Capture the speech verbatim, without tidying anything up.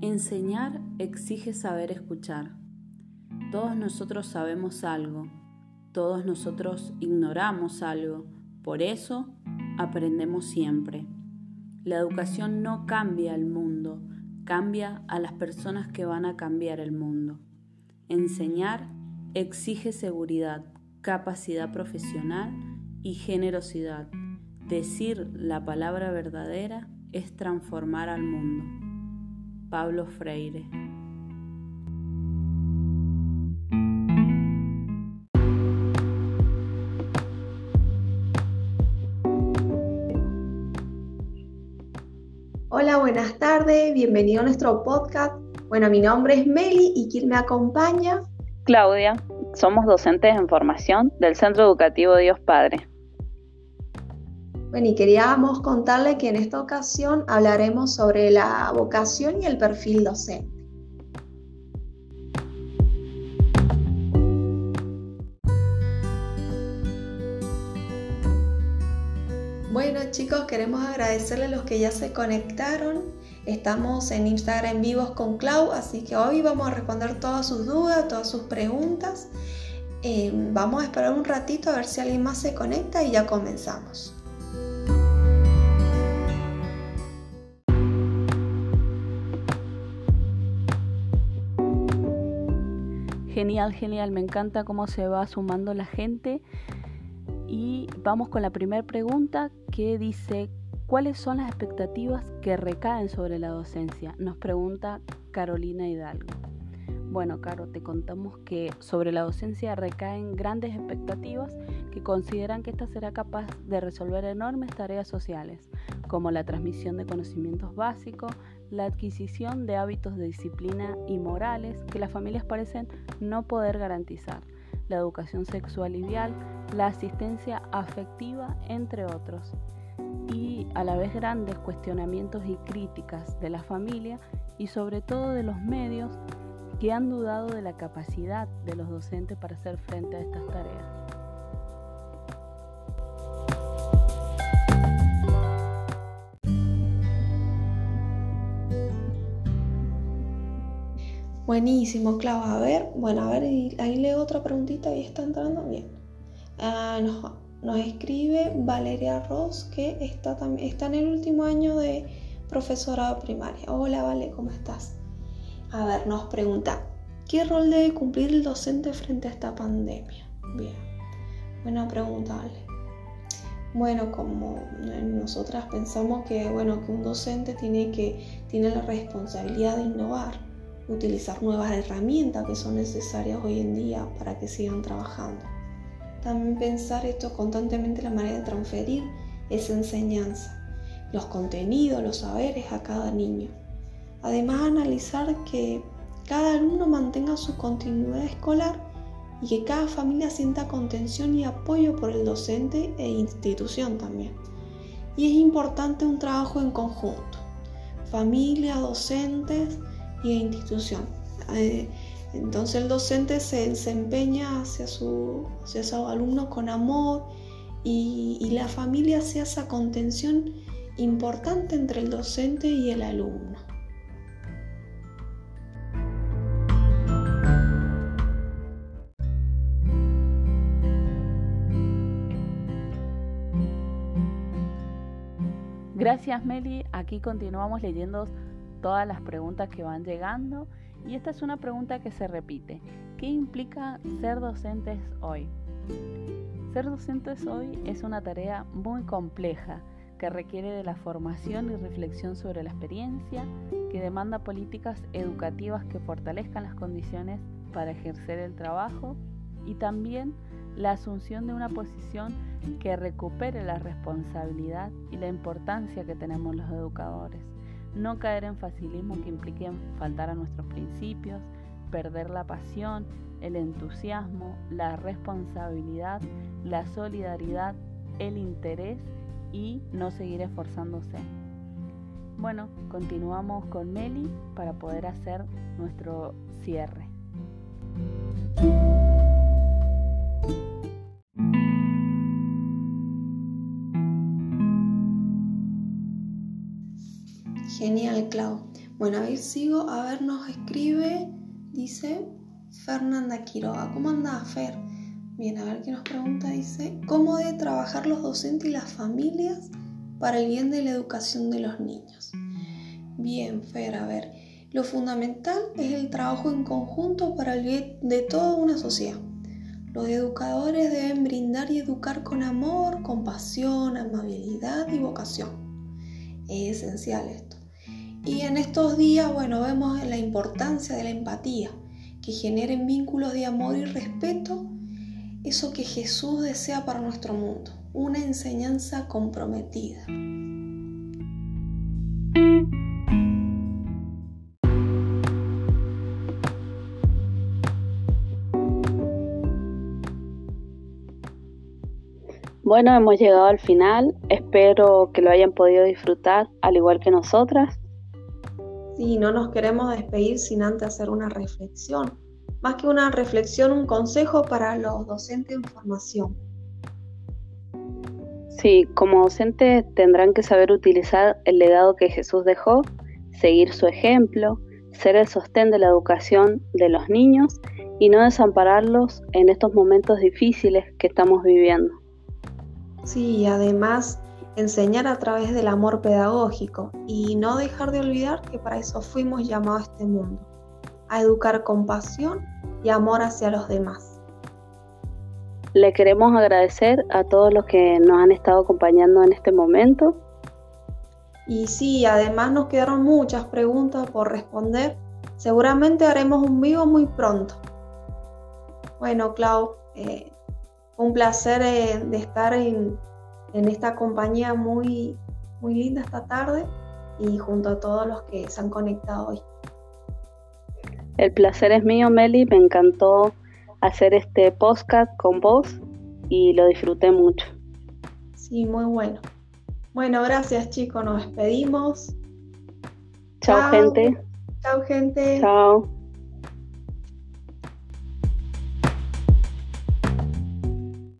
Enseñar exige saber escuchar. Todos nosotros sabemos algo, todos nosotros ignoramos algo, por eso aprendemos siempre. La educación no cambia el mundo, cambia a las personas que van a cambiar el mundo. Enseñar exige seguridad, capacidad profesional y generosidad. Decir la palabra verdadera es transformar al mundo. Paulo Freire. Hola, buenas tardes, bienvenido a nuestro podcast. Bueno, mi nombre es Meli y quien me acompaña, Claudia. Somos docentes en formación del Centro Educativo Dios Padre. Bueno, y queríamos contarle que en esta ocasión hablaremos sobre la vocación y el perfil docente. Bueno, chicos, queremos agradecerle a los que ya se conectaron. Estamos en Instagram en vivos con Clau, así que hoy vamos a responder todas sus dudas, todas sus preguntas. Eh, vamos a esperar un ratito a ver si alguien más se conecta y ya comenzamos. Genial, genial, me encanta cómo se va sumando la gente. Y vamos con la primera pregunta que dice: ¿cuáles son las expectativas que recaen sobre la docencia? Nos pregunta Carolina Hidalgo. Bueno, Caro, te contamos que sobre la docencia recaen grandes expectativas que consideran que ésta será capaz de resolver enormes tareas sociales, como la transmisión de conocimientos básicos, la adquisición de hábitos de disciplina y morales que las familias parecen no poder garantizar, la educación sexual y vial, la asistencia afectiva, entre otros, y a la vez grandes cuestionamientos y críticas de la familia y sobre todo de los medios que han dudado de la capacidad de los docentes para hacer frente a estas tareas. Buenísimo, Clau. A ver, bueno, a ver, ahí leo otra preguntita y está entrando bien. Ah, nos, nos escribe Valeria Ross, que está, también, está en el último año de profesorado primaria. Hola, Vale, ¿cómo estás? A ver, nos pregunta, ¿qué rol debe cumplir el docente frente a esta pandemia? Bien, buena pregunta, Vale. Bueno, como nosotras pensamos que, bueno, que un docente tiene, que, tiene la responsabilidad de innovar, utilizar nuevas herramientas que son necesarias hoy en día para que sigan trabajando. También pensar esto constantemente, la manera de transferir esa enseñanza, los contenidos, los saberes a cada niño. Además, analizar que cada alumno mantenga su continuidad escolar y que cada familia sienta contención y apoyo por el docente e institución también. Y es importante un trabajo en conjunto, familia, docentes y institución. Eh, entonces el docente se desempeña hacia, su, hacia sus alumnos con amor y, y la familia hace esa contención importante entre el docente y el alumno. Gracias, Meli. Aquí continuamos leyendo todas las preguntas que van llegando y esta es una pregunta que se repite. ¿Qué implica ser docentes hoy? Ser docentes hoy es una tarea muy compleja que requiere de la formación y reflexión sobre la experiencia, que demanda políticas educativas que fortalezcan las condiciones para ejercer el trabajo y también la asunción de una posición que recupere la responsabilidad y la importancia que tenemos los educadores. No caer en facilismo que impliquen faltar a nuestros principios, perder la pasión, el entusiasmo, la responsabilidad, la solidaridad, el interés y no seguir esforzándose. Bueno, continuamos con Meli para poder hacer nuestro cierre. Genial, Clau. Bueno, a ver, sigo. A ver, nos escribe, dice Fernanda Quiroga. ¿Cómo anda, Fer? Bien, a ver qué nos pregunta. Dice, ¿cómo deben trabajar los docentes y las familias para el bien de la educación de los niños? Bien, Fer, a ver. Lo fundamental es el trabajo en conjunto para el bien de toda una sociedad. Los educadores deben brindar y educar con amor, compasión, amabilidad y vocación. Es esencial esto. Y en estos días, bueno, vemos la importancia de la empatía, que generen vínculos de amor y respeto, eso que Jesús desea para nuestro mundo, una enseñanza comprometida. Bueno, hemos llegado al final. Espero que lo hayan podido disfrutar, al igual que nosotras. Sí, no nos queremos despedir sin antes hacer una reflexión. Más que una reflexión, un consejo para los docentes en formación. Sí, como docentes tendrán que saber utilizar el legado que Jesús dejó, seguir su ejemplo, ser el sostén de la educación de los niños y no desampararlos en estos momentos difíciles que estamos viviendo. Sí, y además enseñar a través del amor pedagógico y no dejar de olvidar que para eso fuimos llamados a este mundo, a educar con pasión y amor hacia los demás. Le queremos agradecer a todos los que nos han estado acompañando en este momento. Y sí, además nos quedaron muchas preguntas por responder. Seguramente haremos un vivo muy pronto. Bueno, Clau, eh, un placer eh, de estar en, en esta compañía muy, muy linda esta tarde y junto a todos los que se han conectado hoy. El placer es mío, Meli. Me encantó hacer este podcast con vos y lo disfruté mucho. Sí, muy bueno. Bueno, gracias, chicos. Nos despedimos. Chao, gente. Chao, gente. Chao.